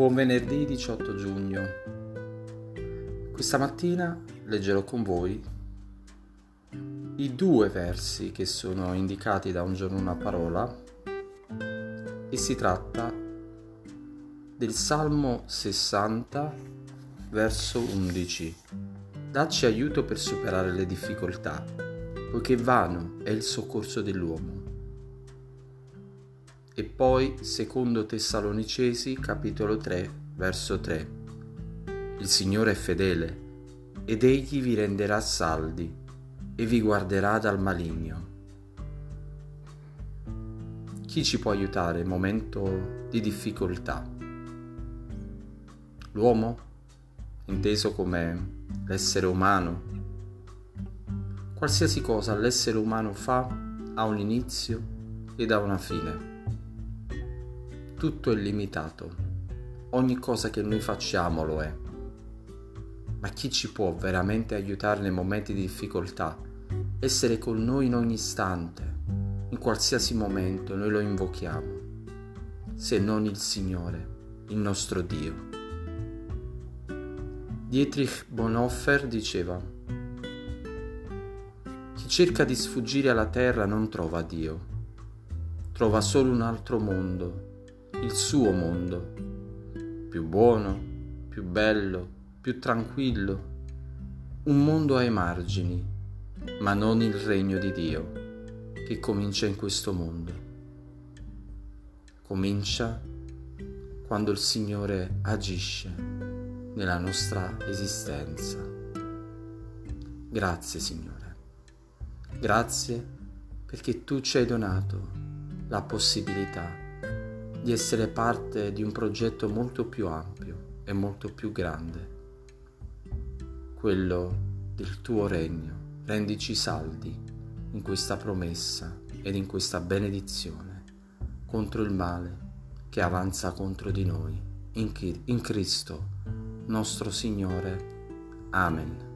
Buon venerdì 18 giugno. Questa mattina leggerò con voi i due versi che sono indicati da Un giorno una parola e si tratta del Salmo 60, verso 11. Dacci aiuto per superare le difficoltà, poiché vano è il soccorso dell'uomo. E poi secondo Tessalonicesi capitolo 3 verso 3. Il Signore è fedele ed Egli vi renderà saldi e vi guarderà dal maligno. Chi ci può aiutare in momento di difficoltà? L'uomo, inteso come l'essere umano. Qualsiasi cosa l'essere umano fa ha un inizio ed ha una fine. Tutto è limitato, ogni cosa che noi facciamo lo è. Ma chi ci può veramente aiutare nei momenti di difficoltà? Essere con noi in ogni istante, in qualsiasi momento noi lo invochiamo, se non il Signore, il nostro Dio. Dietrich Bonhoeffer diceva: chi cerca di sfuggire alla terra non trova Dio, trova solo un altro mondo, il suo mondo, più buono, più bello, più tranquillo, un mondo ai margini, ma non il regno di Dio, che comincia in questo mondo. Comincia quando il Signore agisce nella nostra esistenza. Grazie Signore, grazie perché Tu ci hai donato la possibilità di essere parte di un progetto molto più ampio e molto più grande, quello del Tuo regno. Rendici saldi in questa promessa ed in questa benedizione contro il male che avanza contro di noi, in Cristo nostro Signore. Amen.